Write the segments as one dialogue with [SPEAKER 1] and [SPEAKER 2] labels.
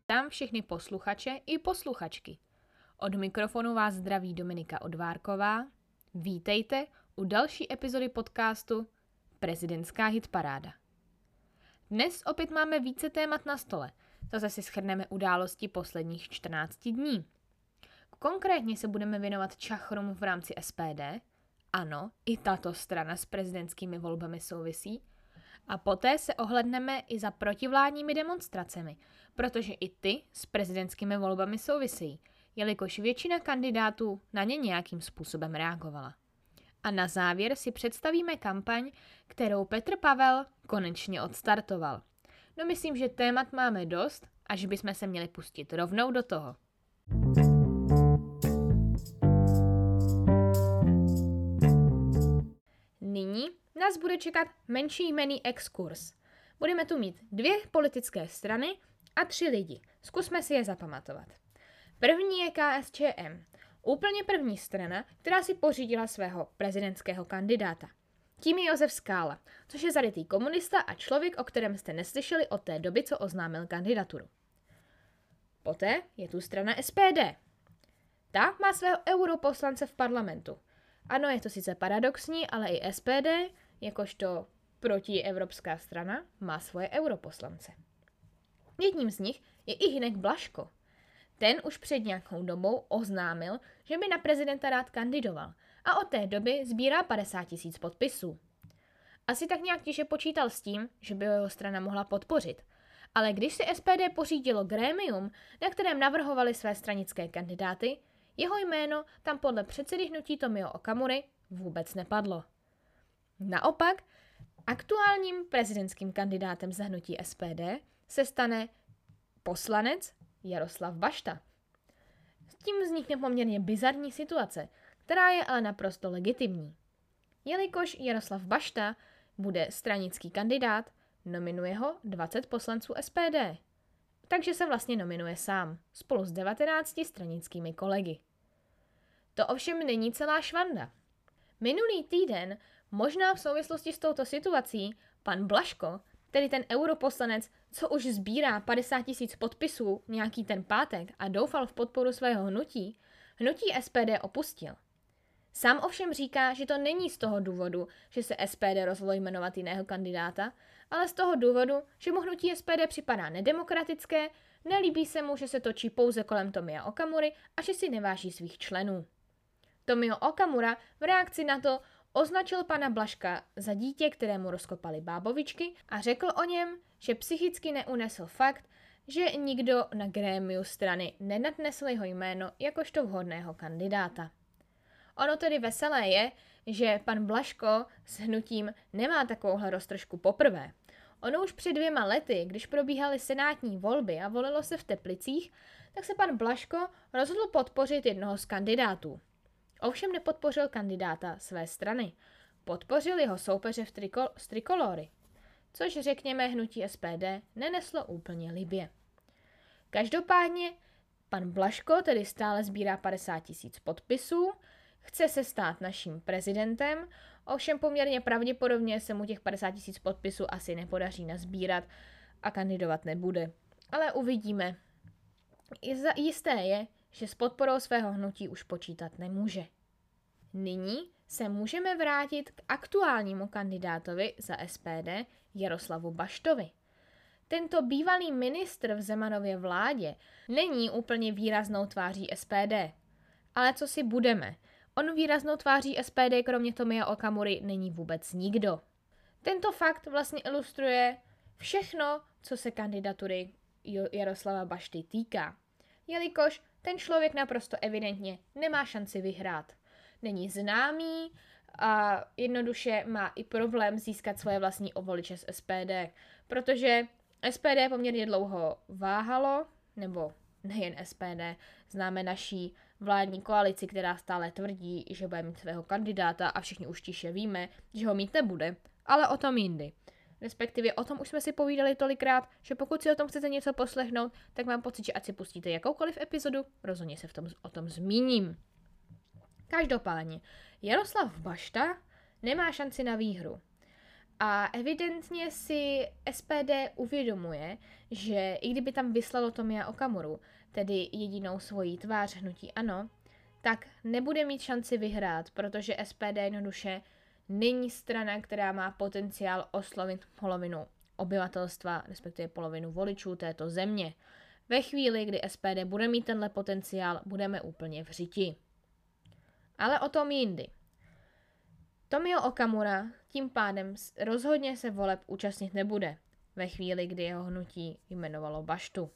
[SPEAKER 1] Vítám všechny posluchače i posluchačky. Od mikrofonu vás zdraví Dominika Odvárková. Vítejte u další epizody podcastu Prezidentská hitparáda. Dnes opět máme více témat na stole. Zase si shrneme události posledních 14 dní. Konkrétně se budeme věnovat čachrům v rámci SPD. Ano, i tato strana s prezidentskými volbami souvisí. A poté se ohlédneme i za protivládními demonstracemi, protože i ty s prezidentskými volbami souvisejí, jelikož většina kandidátů na ně nějakým způsobem reagovala. A na závěr si představíme kampaň, kterou Petr Pavel konečně odstartoval. No myslím, že témat máme dost a že bychom se měli pustit rovnou do toho. Nyní nás bude čekat menší jmenný exkurs. Budeme tu mít 2 politické strany a 3 lidi. Zkusme si je zapamatovat. První je KSČM. Úplně první strana, která si pořídila svého prezidentského kandidáta. Tím je Josef Skála, což je zarytý komunista a člověk, o kterém jste neslyšeli od té doby, co oznámil kandidaturu. Poté je tu strana SPD. Ta má svého europoslance v parlamentu. Ano, je to sice paradoxní, ale i SPD, jakožto protievropská strana, má svoje europoslance. Jedním z nich je i Hynek Blažko. Ten už před nějakou dobou oznámil, že by na prezidenta rád kandidoval a od té doby sbírá 50 000 podpisů. Asi tak nějak tiše počítal s tím, že by jeho strana mohla podpořit. Ale když si SPD pořídilo grémium, na kterém navrhovali své stranické kandidáty, jeho jméno tam podle předsedy hnutí Tomio Okamury vůbec nepadlo. Naopak, aktuálním prezidentským kandidátem za hnutí SPD se stane poslanec Jaroslav Bašta. S tím vznikne poměrně bizarní situace, která je ale naprosto legitimní. Jelikož Jaroslav Bašta bude stranický kandidát, nominuje ho 20 poslanců SPD. Takže se vlastně nominuje sám, spolu s 19 stranickými kolegy. To ovšem není celá švanda. Minulý týden, možná v souvislosti s touto situací, pan Blažko, tedy ten europoslanec, co už sbírá 50 000 podpisů nějaký ten pátek a doufal v podporu svého hnutí SPD opustil. Sám ovšem říká, že to není z toho důvodu, že se SPD rozhodlo jmenovat jiného kandidáta, ale z toho důvodu, že mu hnutí SPD připadá nedemokratické, nelíbí se mu, že se točí pouze kolem Tomia Okamury a že si neváží svých členů. Tomio Okamura v reakci na to označil pana Blažka za dítě, kterému rozkopali bábovičky a řekl o něm, že psychicky neunesl fakt, že nikdo na grémiu strany nenadnesl jeho jméno jakožto vhodného kandidáta. Ono tedy veselé je, že pan Blažko s hnutím nemá takovouhle roztržku poprvé. Ono už před 2 lety, když probíhaly senátní volby a volilo se v Teplicích, tak se pan Blažko rozhodl podpořit jednoho z kandidátů. Ovšem nepodpořil kandidáta své strany. Podpořil jeho soupeře z Trikolory, což řekněme hnutí SPD neneslo úplně libě. Každopádně pan Blažko tedy stále sbírá 50 000 podpisů, chce se stát naším prezidentem, ovšem poměrně pravděpodobně se mu těch 50 000 podpisů asi nepodaří nasbírat a kandidovat nebude. Ale uvidíme. Jisté je, že s podporou svého hnutí už počítat nemůže. Nyní se můžeme vrátit k aktuálnímu kandidátovi za SPD Jaroslavu Baštovi. Tento bývalý ministr v Zemanově vládě není úplně výraznou tváří SPD. Ale co si budeme? On výraznou tváří SPD kromě Tomia Okamury není vůbec nikdo. Tento fakt vlastně ilustruje všechno, co se kandidatury Jaroslava Bašty týká. Jelikož ten člověk naprosto evidentně nemá šanci vyhrát. Není známý a jednoduše má i problém získat svoje vlastní voliče z SPD, protože SPD poměrně dlouho váhalo, nebo nejen SPD, známe naší vládní koalici, která stále tvrdí, že bude mít svého kandidáta a všichni už tiše víme, že ho mít nebude, ale o tom jindy. Respektive o tom už jsme si povídali tolikrát, že pokud si o tom chcete něco poslechnout, tak mám pocit, že ať si pustíte jakoukoliv epizodu, rozhodně se o tom zmíním. Každopádně, Jaroslav Bašta nemá šanci na výhru. A evidentně si SPD uvědomuje, že i kdyby tam vyslalo Tomia Okamuru, tedy jedinou svoji tvář hnutí ANO, tak nebude mít šanci vyhrát, protože SPD jednoduše není strana, která má potenciál oslovit polovinu obyvatelstva, respektive polovinu voličů této země. Ve chvíli, kdy SPD bude mít tenhle potenciál, budeme úplně v řiti. Ale o tom jindy. Tomio Okamura tím pádem rozhodně se voleb účastnit nebude, ve chvíli, kdy jeho hnutí jmenovalo Baštu.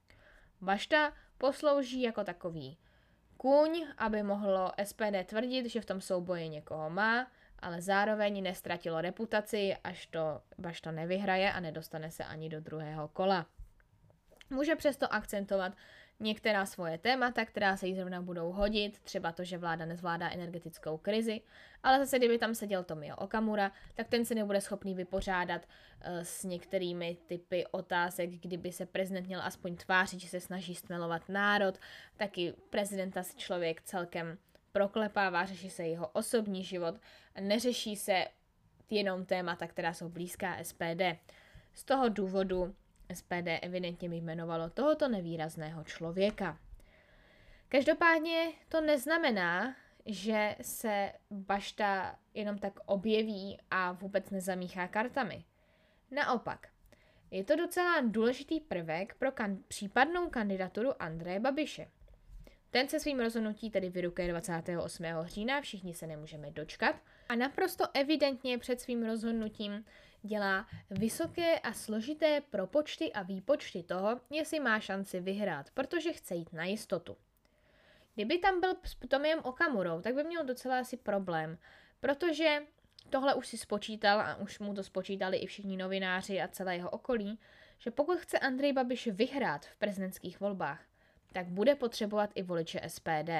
[SPEAKER 1] Bašta poslouží jako takový kůň, aby mohlo SPD tvrdit, že v tom souboji někoho má, ale zároveň nestratilo reputaci, až to Bašta nevyhraje a nedostane se ani do druhého kola. Může přesto akcentovat některá svoje témata, která se jí zrovna budou hodit, třeba to, že vláda nezvládá energetickou krizi, ale zase kdyby tam seděl Tomio Okamura, tak ten se nebude schopný vypořádat s některými typy otázek, kdyby se prezident měl aspoň tvářit, že se snaží stmelovat národ, taky prezidenta si člověk celkem proklepává, řeší se jeho osobní život, neřeší se jenom témata, která jsou blízká SPD. Z toho důvodu SPD evidentně jmenovalo tohoto nevýrazného člověka. Každopádně to neznamená, že se Bašta jenom tak objeví a vůbec nezamíchá kartami. Naopak, je to docela důležitý prvek pro případnou kandidaturu Andreje Babiše. Ten se svým rozhodnutí tedy vyrukuje 28. října, všichni se nemůžeme dočkat a naprosto evidentně před svým rozhodnutím dělá vysoké a složité propočty a výpočty toho, jestli má šanci vyhrát, protože chce jít na jistotu. Kdyby tam byl s Tomiem Okamurou, tak by měl docela asi problém, protože tohle už si spočítal a už mu to spočítali i všichni novináři a celé jeho okolí, že pokud chce Andrej Babiš vyhrát v prezidentských volbách, tak bude potřebovat i voliče SPD.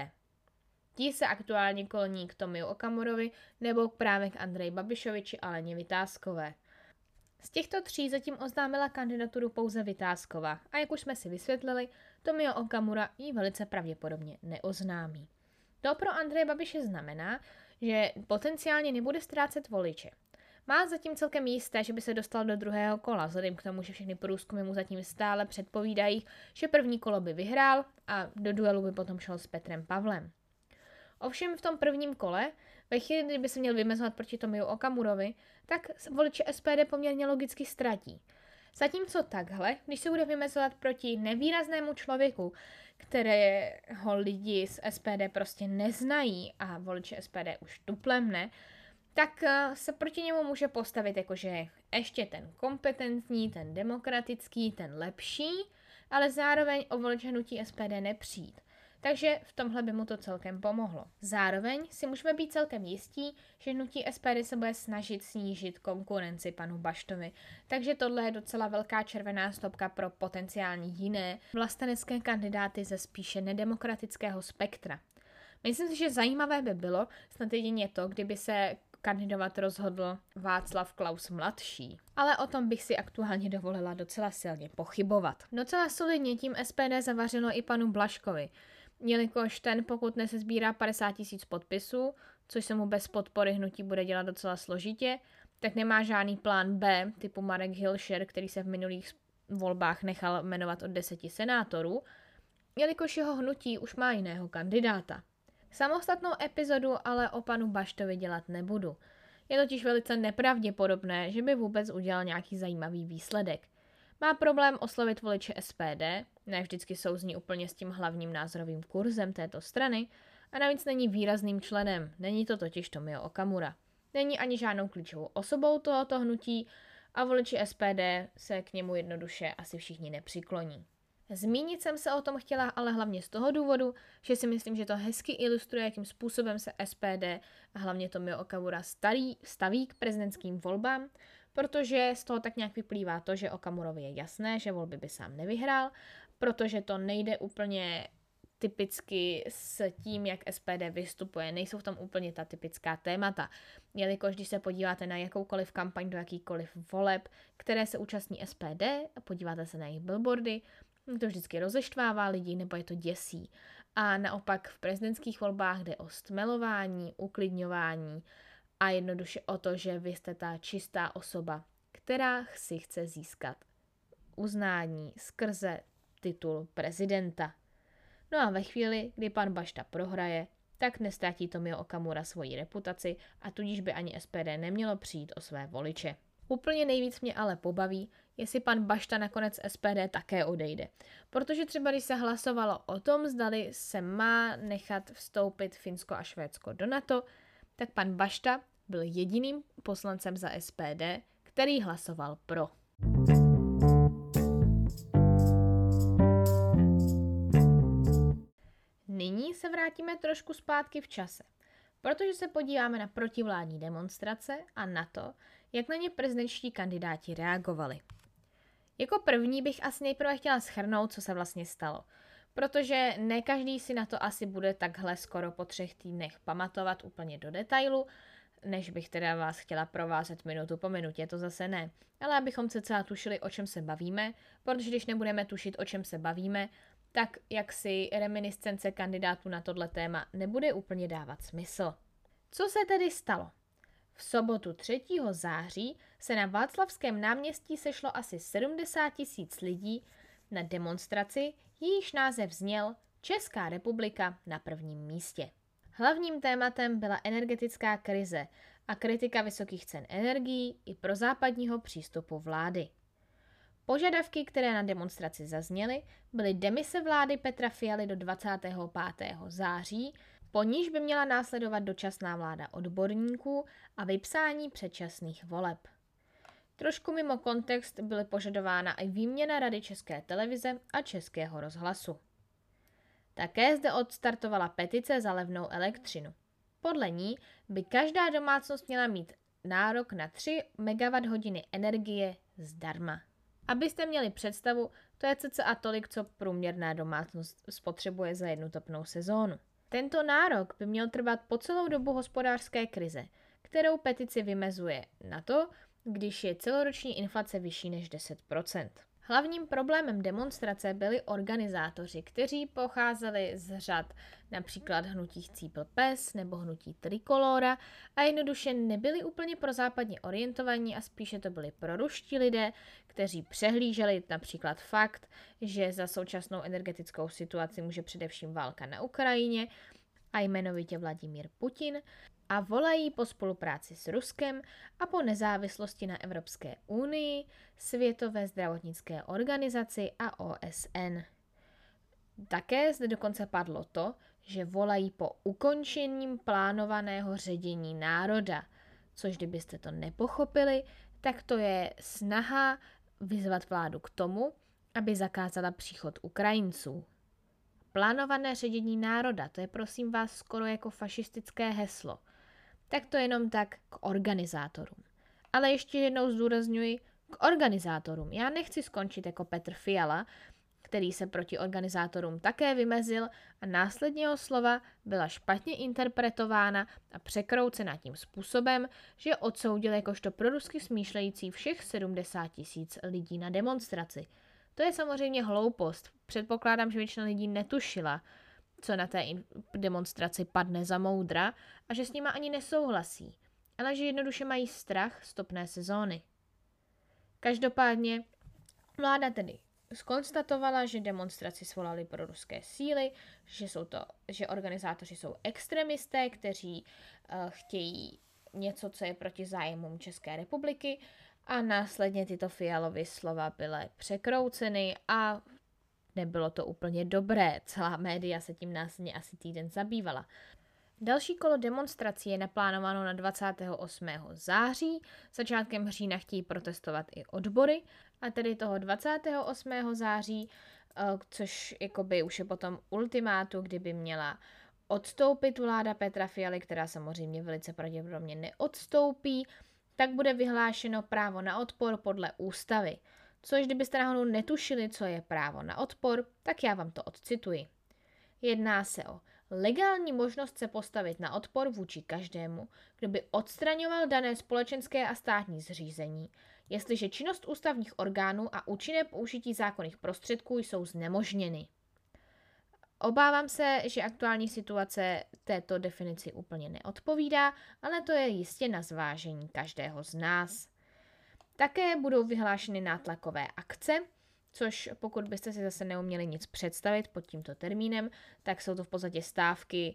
[SPEAKER 1] Ti se aktuálně kloní k Tomiu Okamurovi nebo právě k Andreji Babišovi či Aleně Vitáskové. Z těchto tří zatím oznámila kandidaturu pouze Vitásková a jak už jsme si vysvětlili, Tomio Okamura ji velice pravděpodobně neoznámí. To pro Andreje Babiše znamená, že potenciálně nebude ztrácet voliče. Má zatím celkem jisté, že by se dostal do druhého kola, vzhledem k tomu, že všechny průzkumy mu zatím stále předpovídají, že první kolo by vyhrál a do duelu by potom šel s Petrem Pavlem. Ovšem v tom prvním kole, ve chvíli, kdyby se měl vymezovat proti Tomiu Okamurovi, tak voliče SPD poměrně logicky ztratí. Zatímco takhle, když se bude vymezovat proti nevýraznému člověku, kterého lidi z SPD prostě neznají a voliče SPD už tuplem ne, tak se proti němu může postavit jakože ještě ten kompetentní, ten demokratický, ten lepší, ale zároveň o voliče hnutí SPD nepřijít. Takže v tomhle by mu to celkem pomohlo. Zároveň si můžeme být celkem jistí, že hnutí SPD se bude snažit snížit konkurenci panu Baštovi. Takže tohle je docela velká červená stopka pro potenciální jiné vlastenecké kandidáty ze spíše nedemokratického spektra. Myslím si, že zajímavé by bylo snad jedině to, kdyby se kandidovat rozhodl Václav Klaus mladší. Ale o tom bych si aktuálně dovolila docela silně pochybovat. Docela solidně tím SPD zavařilo i panu Blažkovi, jelikož ten, pokud nesezbírá 50 000 podpisů, což se mu bez podpory hnutí bude dělat docela složitě, tak nemá žádný plán B typu Marek Hilšer, který se v minulých volbách nechal jmenovat od 10 senátorů, jelikož jeho hnutí už má jiného kandidáta. Samostatnou epizodu ale o panu Baštovi dělat nebudu. Je totiž velice nepravděpodobné, že by vůbec udělal nějaký zajímavý výsledek. Má problém oslovit voliče SPD, ne vždycky souzní úplně s tím hlavním názorovým kurzem této strany a navíc není výrazným členem, není to totiž Tomio Okamura. Není ani žádnou klíčovou osobou tohoto hnutí a voliči SPD se k němu jednoduše asi všichni nepřikloní. Zmínit jsem se o tom chtěla, ale hlavně z toho důvodu, že si myslím, že to hezky ilustruje, jakým způsobem se SPD a hlavně Tomio Okamura staví k prezidentským volbám, protože z toho tak nějak vyplývá to, že Okamurovi je jasné, že volby by sám nevyhrál, protože to nejde úplně typicky s tím, jak SPD vystupuje. Nejsou v tom úplně ta typická témata, jelikož když se podíváte na jakoukoliv kampaň do jakýkoliv voleb, které se účastní SPD a podíváte se na jejich billboardy, to vždycky rozeštvává lidi nebo je to děsí. A naopak v prezidentských volbách jde o stmelování, uklidňování a jednoduše o to, že vy jste ta čistá osoba, která si chce získat uznání skrze titul prezidenta. No a ve chvíli, kdy pan Bašta prohraje, tak nestratí Tomio Okamura svoji reputaci a tudíž by ani SPD nemělo přijít o své voliče. Úplně nejvíc mě ale pobaví, jestli pan Bašta nakonec SPD také odejde. Protože třeba když se hlasovalo o tom, zdali se má nechat vstoupit Finsko a Švédsko do NATO, tak pan Bašta byl jediným poslancem za SPD, který hlasoval pro. Nyní se vrátíme trošku zpátky v čase, protože se podíváme na protivládní demonstrace a na to, jak na ně prezidentští kandidáti reagovali. Jako první bych asi nejprve chtěla shrnout, co se vlastně stalo, protože ne každý si na to asi bude takhle skoro po 3 týdnech pamatovat úplně do detailu, než bych teda vás chtěla provázet minutu po minutě, to zase ne. Ale abychom cca tušili, o čem se bavíme, protože když nebudeme tušit, o čem se bavíme, tak jaksi reminiscence kandidátů na tohle téma nebude úplně dávat smysl. Co se tedy stalo? V sobotu 3. září se na Václavském náměstí sešlo asi 70 000 lidí na demonstraci, jejíž název zněl Česká republika na prvním místě. Hlavním tématem byla energetická krize a kritika vysokých cen energií i prozápadního přístupu vlády. Požadavky, které na demonstraci zazněly, byly demise vlády Petra Fialy do 25. září, po níž by měla následovat dočasná vláda odborníků a vypsání předčasných voleb. Trošku mimo kontext byly požadována i výměna Rady České televize a Českého rozhlasu. Také zde odstartovala petice za levnou elektřinu. Podle ní by každá domácnost měla mít nárok na 3 MWh energie zdarma. Abyste měli představu, to je cca tolik, co průměrná domácnost spotřebuje za jednu topnou sezónu. Tento nárok by měl trvat po celou dobu hospodářské krize, kterou petici vymezuje na to, když je celoroční inflace vyšší než 10%. Hlavním problémem demonstrace byli organizátoři, kteří pocházeli z řad například hnutí Chcípl pes nebo hnutí Trikolóra a jednoduše nebyli úplně prozápadně orientovaní a spíše to byli proruští lidé, kteří přehlíželi například fakt, že za současnou energetickou situaci může především válka na Ukrajině a jmenovitě Vladimír Putin, a volají po spolupráci s Ruskem a po nezávislosti na Evropské unii, Světové zdravotnické organizaci a OSN. Také zde dokonce padlo to, že volají po ukončení plánovaného ředění národa, což kdybyste to nepochopili, tak to je snaha vyzvat vládu k tomu, aby zakázala příchod Ukrajinců. Plánované ředění národa, to je prosím vás skoro jako fašistické heslo. Tak to jenom tak k organizátorům. Ale ještě jednou zdůrazňuji k organizátorům. Já nechci skončit jako Petr Fiala, který se proti organizátorům také vymezil a následně jeho slova byla špatně interpretována a překroucena tím způsobem, že odsoudil jakožto prorusky smýšlející všech 70 000 lidí na demonstraci. To je samozřejmě hloupost. Předpokládám, že většina lidí netušila, co na té demonstraci padne za moudra a že s nima ani nesouhlasí, ale že jednoduše mají strach z topné sezóny. Každopádně vláda tedy zkonstatovala, že demonstraci svolali proruské síly, že organizátoři jsou extremisté, kteří chtějí něco, co je proti zájmům České republiky, a následně tyto Fialovy slova byly překrouceny a nebylo to úplně dobré. Celá média se tím následně asi týden zabývala. Další kolo demonstrací je naplánováno na 28. září, začátkem října chtějí protestovat i odbory a tedy toho 28. září, což jakoby už je potom ultimátu, kdyby měla odstoupit vláda Petra Fialy, která samozřejmě velice pravděpodobně neodstoupí, tak bude vyhlášeno právo na odpor podle ústavy. Což kdybyste náhodou netušili, co je právo na odpor, tak já vám to odcituji. Jedná se o legální možnost se postavit na odpor vůči každému, kdo by odstraňoval dané společenské a státní zřízení, jestliže činnost ústavních orgánů a účinné použití zákonných prostředků jsou znemožněny. Obávám se, že aktuální situace této definici úplně neodpovídá, ale to je jistě na zvážení každého z nás. Také budou vyhlášeny nátlakové akce, což pokud byste si zase neuměli nic představit pod tímto termínem, tak jsou to v podstatě stávky,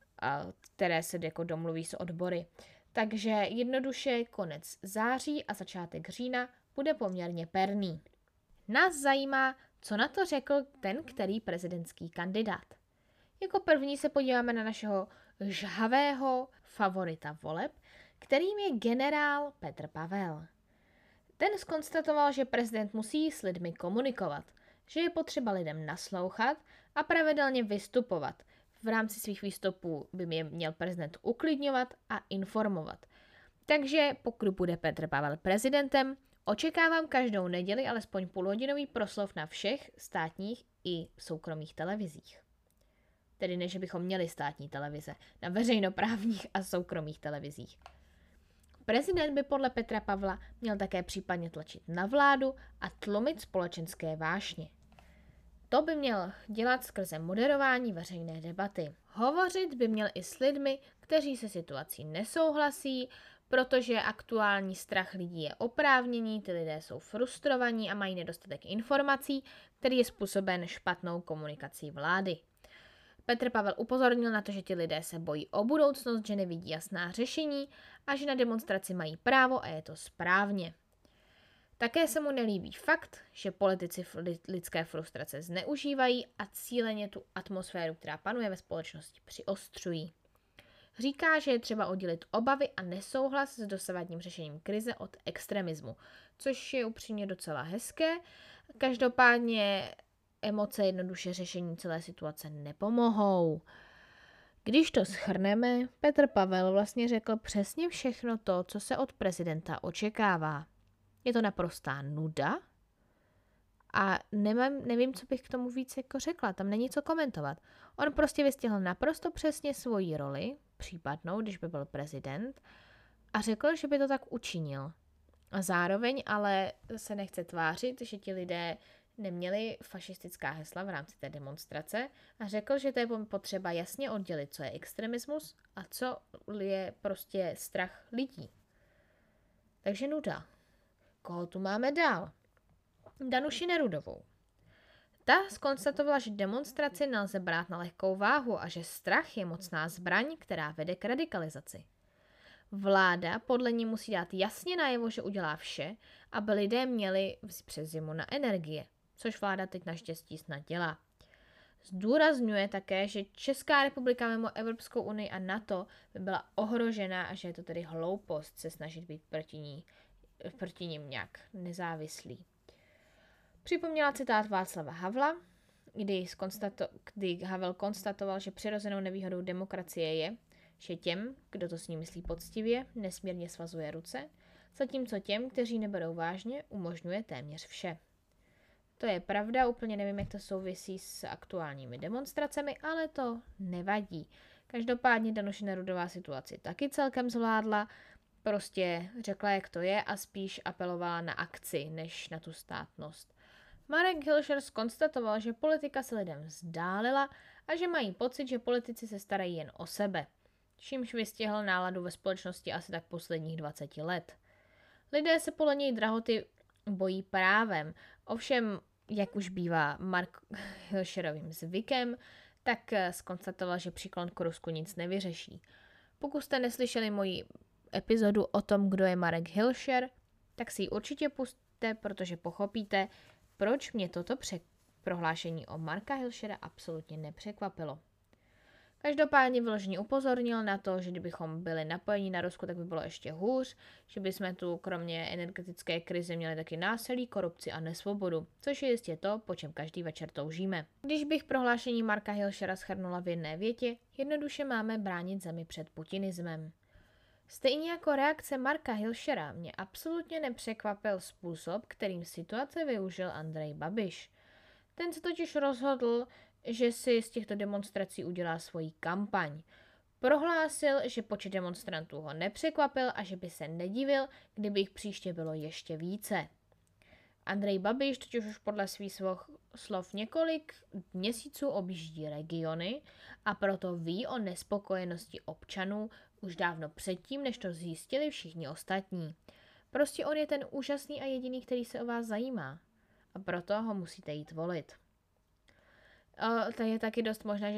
[SPEAKER 1] které se jako domluví s odbory. Takže jednoduše konec září a začátek října bude poměrně perný. Nás zajímá, co na to řekl ten, který prezidentský kandidát. Jako první se podíváme na našeho žhavého favorita voleb, kterým je generál Petr Pavel. Ten zkonstatoval, že prezident musí s lidmi komunikovat, že je potřeba lidem naslouchat a pravidelně vystupovat. V rámci svých výstupů by mě měl prezident uklidňovat a informovat. Takže pokud bude Petr Pavel prezidentem, očekávám každou neděli alespoň půlhodinový proslov na všech státních i soukromých televizích. Tedy ne, že bychom měli státní televize, na veřejnoprávních a soukromých televizích. Prezident by podle Petra Pavla měl také případně tlačit na vládu a tlumit společenské vášně. To by měl dělat skrze moderování veřejné debaty. Hovořit by měl i s lidmi, kteří se situací nesouhlasí, protože aktuální strach lidí je oprávněný, ty lidé jsou frustrovaní a mají nedostatek informací, který je způsoben špatnou komunikací vlády. Petr Pavel upozornil na to, že ti lidé se bojí o budoucnost, že nevidí jasná řešení a že na demonstraci mají právo a je to správně. Také se mu nelíbí fakt, že politici lidské frustrace zneužívají a cíleně tu atmosféru, která panuje ve společnosti, přiostřují. Říká, že je třeba oddělit obavy a nesouhlas s dosavadním řešením krize od extremismu, což je upřímně docela hezké. Každopádně emoce jednoduše řešení celé situace nepomohou. Když to shrneme, Petr Pavel vlastně řekl přesně všechno to, co se od prezidenta očekává. Je to naprostá nuda a nevím, co bych k tomu víc jako řekla, tam není co komentovat. On prostě vystihl naprosto přesně svoji roli, případnou, když by byl prezident, a řekl, že by to tak učinil. A zároveň ale se nechce tvářit, že ti lidé neměli fašistická hesla v rámci té demonstrace a řekl, že to je potřeba jasně oddělit, co je extremismus a co je prostě strach lidí. Takže nuda. Koho tu máme dál? Danuši Nerudovou. Ta zkonstatovala, že demonstraci nelze brát na lehkou váhu a že strach je mocná zbraň, která vede k radikalizaci. Vláda podle ní musí dát jasně najevo, že udělá vše, aby lidé měli přes zimu na energie, což vláda teď naštěstí snad dělá. Zdůrazňuje také, že Česká republika mimo Evropskou unii a NATO by byla ohrožena a že je to tedy hloupost se snažit být proti nim nějak nezávislý. Připomněla citát Václava Havla, kdy Havel konstatoval, že přirozenou nevýhodou demokracie je, že těm, kdo to s ní myslí poctivě, nesmírně svazuje ruce, zatímco těm, kteří neberou vážně, umožňuje téměř vše. To je pravda, úplně nevím, jak to souvisí s aktuálními demonstracemi, ale to nevadí. Každopádně Danuše Nerudová situaci taky celkem zvládla, prostě řekla, jak to je a spíš apelovala na akci, než na tu státnost. Marek Hilšer zkonstatoval, že politika se lidem vzdálila a že mají pocit, že politici se starají jen o sebe, čímž vystihl náladu ve společnosti asi tak posledních 20 let. Lidé se podle něj drahoty bojí právem, ovšem, jak už bývá Mark Hilšerovým zvykem, tak zkonstatoval, že příklon k Rusku nic nevyřeší. Pokud jste neslyšeli moji epizodu o tom, kdo je Marek Hilšer, tak si ji určitě pusťte, protože pochopíte, proč mě toto prohlášení o Marka Hilšera absolutně nepřekvapilo. Každopádně vyloženě upozornil na to, že kdybychom byli napojeni na Rusko, tak by bylo ještě hůř, že bychom tu kromě energetické krize měli taky násilí, korupci a nesvobodu, což je jistě to, po čem každý večer toužíme. Když bych prohlášení Marka Hilšera shrnula v jedné větě, jednoduše máme bránit zemi před putinismem. Stejně jako reakce Marka Hilšera mě absolutně nepřekvapil způsob, kterým situace využil Andrej Babiš. Ten se totiž rozhodl, že si z těchto demonstrací udělá svoji kampaň. Prohlásil, že počet demonstrantů ho nepřekvapil a že by se nedivil, kdyby jich příště bylo ještě více. Andrej Babiš totiž už podle svých slov několik měsíců objíždí regiony a proto ví o nespokojenosti občanů už dávno předtím, než to zjistili všichni ostatní. Prostě on je ten úžasný a jediný, který se o vás zajímá. A proto ho musíte jít volit. To je taky dost možné,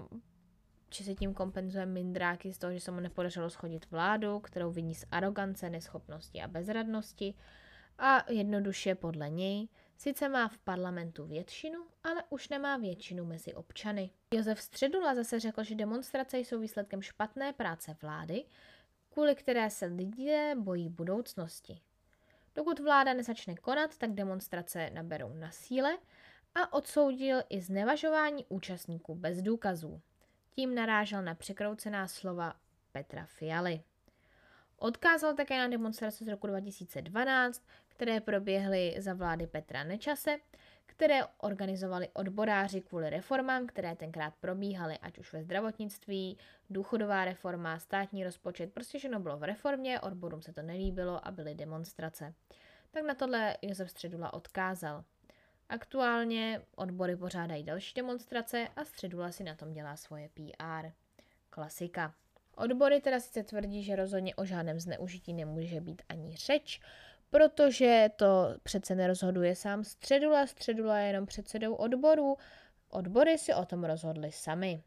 [SPEAKER 1] že si tím kompenzuje mindráky z toho, že se mu nepodařilo schodit vládu, kterou viní z arogance, neschopnosti a bezradnosti. A jednoduše podle něj sice má v parlamentu většinu, ale už nemá většinu mezi občany. Josef Středula zase řekl, že demonstrace jsou výsledkem špatné práce vlády, kvůli které se lidé bojí budoucnosti. Dokud vláda nezačne konat, tak demonstrace naberou na síle a odsoudil i znevažování účastníků bez důkazů. Tím narážel na překroucená slova Petra Fialy. Odkázal také na demonstrace z roku 2012, které proběhly za vlády Petra Nečase, které organizovali odboráři kvůli reformám, které tenkrát probíhaly, ať už ve zdravotnictví, důchodová reforma, státní rozpočet, prostě všechno bylo v reformě, odborům se to nelíbilo a byly demonstrace. Tak na tohle Josef Středula odkázal. Aktuálně odbory pořádají další demonstrace a Středula si na tom dělá svoje PR. Klasika. Odbory teda sice tvrdí, že rozhodně o žádném zneužití nemůže být ani řeč, protože to přece nerozhoduje sám Středula, Středula je jenom předsedou odborů, odbory si o tom rozhodli sami.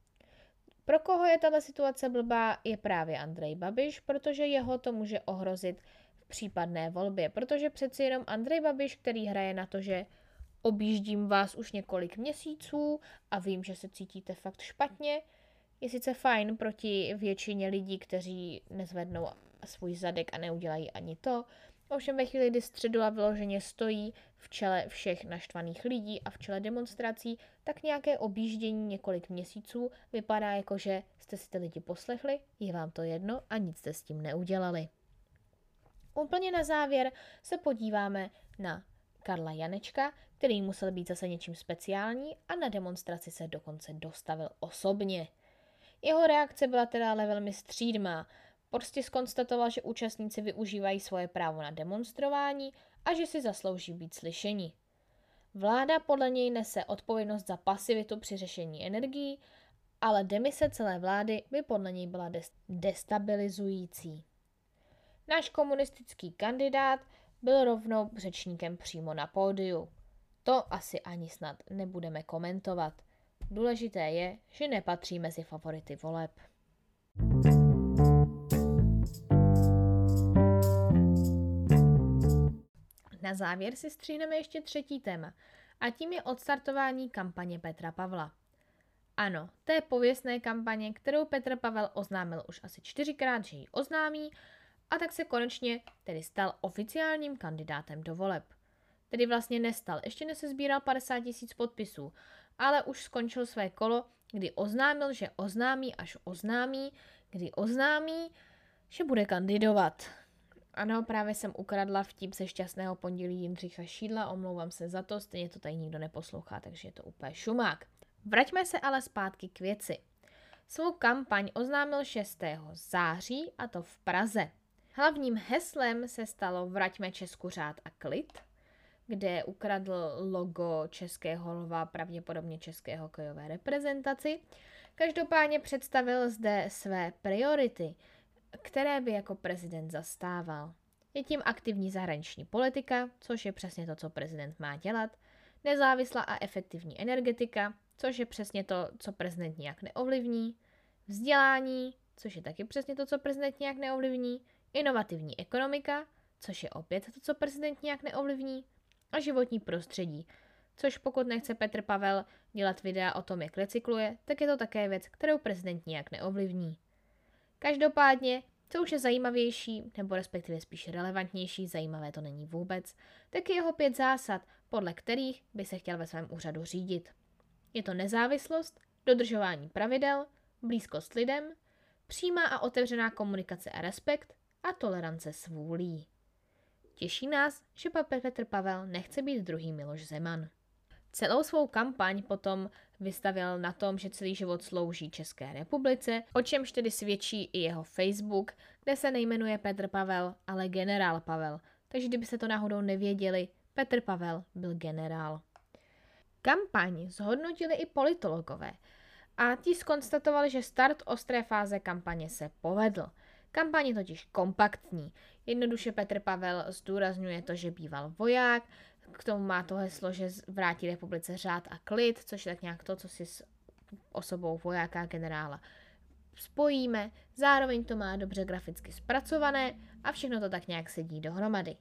[SPEAKER 1] Pro koho je tato situace blbá, je právě Andrej Babiš, protože jeho to může ohrozit v případné volbě, protože přeci jenom Andrej Babiš, který hraje na to, že objíždím vás už několik měsíců a vím, že se cítíte fakt špatně, je sice fajn proti většině lidí, kteří nezvednou svůj zadek a neudělají ani to. Ovšem ve chvíli, kdy Středula vyloženě stojí v čele všech naštvaných lidí a v čele demonstrací, tak nějaké objíždění několik měsíců vypadá jako, že jste si ty lidi poslechli, je vám to jedno a nic jste s tím neudělali. Úplně na závěr se podíváme na Karla Janečka, který musel být zase něčím speciální a na demonstraci se dokonce dostavil osobně. Jeho reakce byla teda ale velmi střídmá. Prostě zkonstatoval, že účastníci využívají svoje právo na demonstrování a že si zaslouží být slyšeni. Vláda podle něj nese odpovědnost za pasivitu při řešení energií, ale demise celé vlády by podle něj byla destabilizující. Náš komunistický kandidát byl rovnou řečníkem přímo na pódiu. To asi ani snad nebudeme komentovat. Důležité je, že nepatří mezi favority voleb. Na závěr si stříhneme ještě třetí téma a tím je odstartování kampaně Petra Pavla. Ano, té pověstné kampaně, kterou Petr Pavel oznámil už asi 4krát, že ji oznámí, a tak se konečně tedy stal oficiálním kandidátem do voleb. Tedy vlastně nestal, ještě nesezbíral 50 000 podpisů, ale už skončil své kolo, kdy oznámil, že oznámí, až oznámí, kdy oznámí, že bude kandidovat. Ano, právě jsem ukradla vtip ze Šťastného pondělí Jindřicha Šídla, omlouvám se za to, stejně to tady nikdo neposlouchá, takže je to úplně šumák. Vraťme se ale zpátky k věci. Svou kampaň oznámil 6. září, a to v Praze. Hlavním heslem se stalo Vraťme Česku řád a klid, kde ukradl logo českého lva, pravděpodobně české hokejové reprezentaci. Každopádně představil zde své priority, které by jako prezident zastával. Je tím aktivní zahraniční politika, což je přesně to, co prezident má dělat, nezávislá a efektivní energetika, což je přesně to, co prezident nijak neovlivní, vzdělání, což je taky přesně to, co prezident nijak neovlivní, inovativní ekonomika, což je opět to, co prezident nijak neovlivní, a životní prostředí, což pokud nechce Petr Pavel dělat videa o tom, jak recykluje, tak je to také věc, kterou prezident nijak neovlivní. Každopádně, co už je zajímavější, nebo respektive spíš relevantnější, zajímavé to není vůbec, tak je jeho 5 zásad, podle kterých by se chtěl ve svém úřadu řídit. Je to nezávislost, dodržování pravidel, blízkost lidem, přímá a otevřená komunikace a respekt a tolerance s vůlí. Těší nás, že Petr Pavel nechce být druhý Miloš Zeman. Celou svou kampaň potom vystavil na tom, že celý život slouží České republice, o čemž tedy svědčí i jeho Facebook, kde se nejmenuje Petr Pavel, ale generál Pavel. Takže kdybyste to náhodou nevěděli, Petr Pavel byl generál. Kampaň zhodnotili i politologové a ti zkonstatovali, že start ostré fáze kampaně se povedl. Kampaň je totiž kompaktní. Jednoduše Petr Pavel zdůrazňuje to, že býval voják, k tomu má to heslo, že vrátí republice řád a klid, což je tak nějak to, co si s osobou vojáka a generála spojíme, zároveň to má dobře graficky zpracované a všechno to tak nějak sedí dohromady.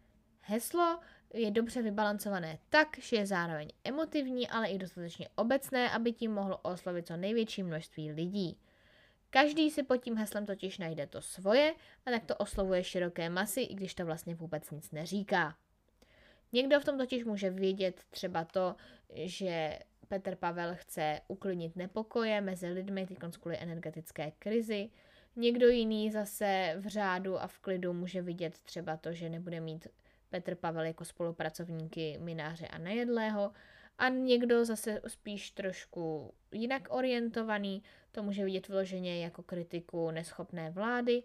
[SPEAKER 1] Heslo je dobře vybalancované tak, že je zároveň emotivní, ale i dostatečně obecné, aby tím mohlo oslovit co největší množství lidí. Každý si pod tím heslem totiž najde to svoje a tak to oslovuje široké masy, i když to vlastně vůbec nic neříká. Někdo v tom totiž může vědět třeba to, že Petr Pavel chce uklidnit nepokoje mezi lidmi kvůli energetické krizi. Někdo jiný zase v řádu a v klidu může vidět třeba to, že nebude mít Petr Pavel jako spolupracovníky Mynáře a Nejedlého. A někdo zase spíš trošku jinak orientovaný, to může vidět vyloženě jako kritiku neschopné vlády.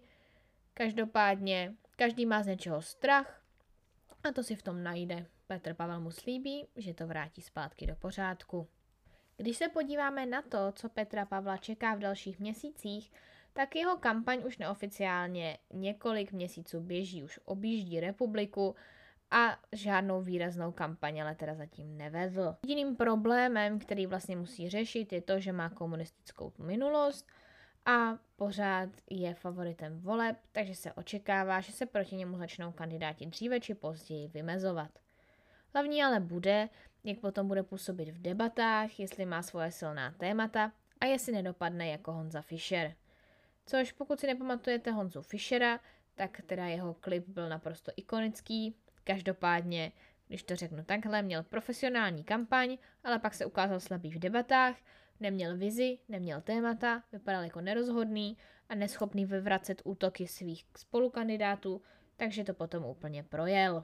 [SPEAKER 1] Každopádně každý má z něčeho strach a to si v tom najde. Petr Pavel mu slíbí, že to vrátí zpátky do pořádku. Když se podíváme na to, co Petra Pavla čeká v dalších měsících, tak jeho kampaň už neoficiálně několik měsíců běží, už objíždí republiku a žádnou výraznou kampaň ale teda zatím nevedl. Jediným problémem, který vlastně musí řešit, je to, že má komunistickou minulost a pořád je favoritem voleb, takže se očekává, že se proti němu začnou kandidáti dříve či později vymezovat. Hlavní ale bude, jak potom bude působit v debatách, jestli má svoje silná témata a jestli nedopadne jako Honza Fischer. Což pokud si nepamatujete Honzu Fischera, tak teda jeho klip byl naprosto ikonický. Každopádně, když to řeknu takhle, měl profesionální kampaň, ale pak se ukázal slabý v debatách, neměl vizi, neměl témata, vypadal jako nerozhodný a neschopný vyvracet útoky svých spolukandidátů, takže to potom úplně projel.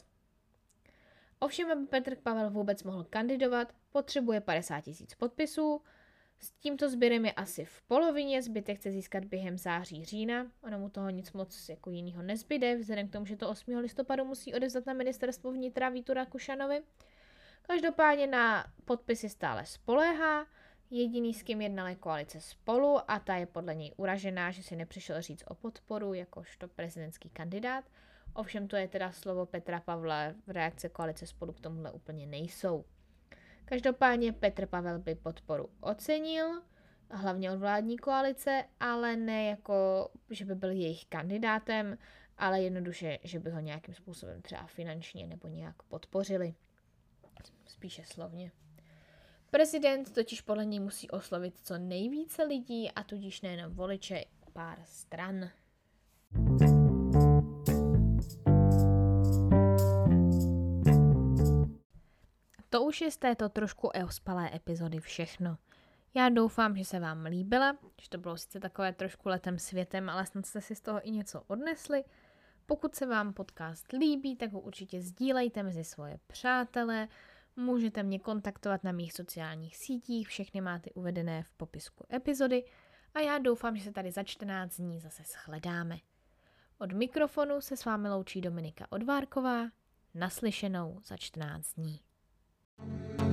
[SPEAKER 1] Ovšem, aby Petr Pavel vůbec mohl kandidovat, potřebuje 50 000 podpisů. S tímto sběrem je asi v polovině, zbytek chce získat během září, října. Ono mu toho nic moc jako jinýho nezbyde, vzhledem k tomu, že to 8. listopadu musí odevzdat na ministerstvo vnitra Vítu Rakušanovi. Každopádně na podpisy stále spoléhá. Jediný, s kým jednala, je koalice Spolu a ta je podle něj uražená, že si nepřišel říct o podporu jakožto prezidentský kandidát. Ovšem to je teda slovo Petra Pavla, v reakce koalice Spolu k tomuhle úplně nejsou. Každopádně Petr Pavel by podporu ocenil, hlavně od vládní koalice, ale ne jako, že by byl jejich kandidátem, ale jednoduše, že by ho nějakým způsobem třeba finančně nebo nějak podpořili. Spíše slovně. Prezident totiž podle něj musí oslovit co nejvíce lidí a tudíž nejenom voliče, pár stran. To už je z této trošku ospalé epizody všechno. Já doufám, že se vám líbila, že to bylo sice takové trošku letem světem, ale snad jste si z toho i něco odnesli. Pokud se vám podcast líbí, tak ho určitě sdílejte mezi svoje přátele, můžete mě kontaktovat na mých sociálních sítích, všechny máte uvedené v popisku epizody a já doufám, že se tady za 14 dní zase shledáme. Od mikrofonu se s vámi loučí Dominika Odvárková, naslyšenou za 14 dní.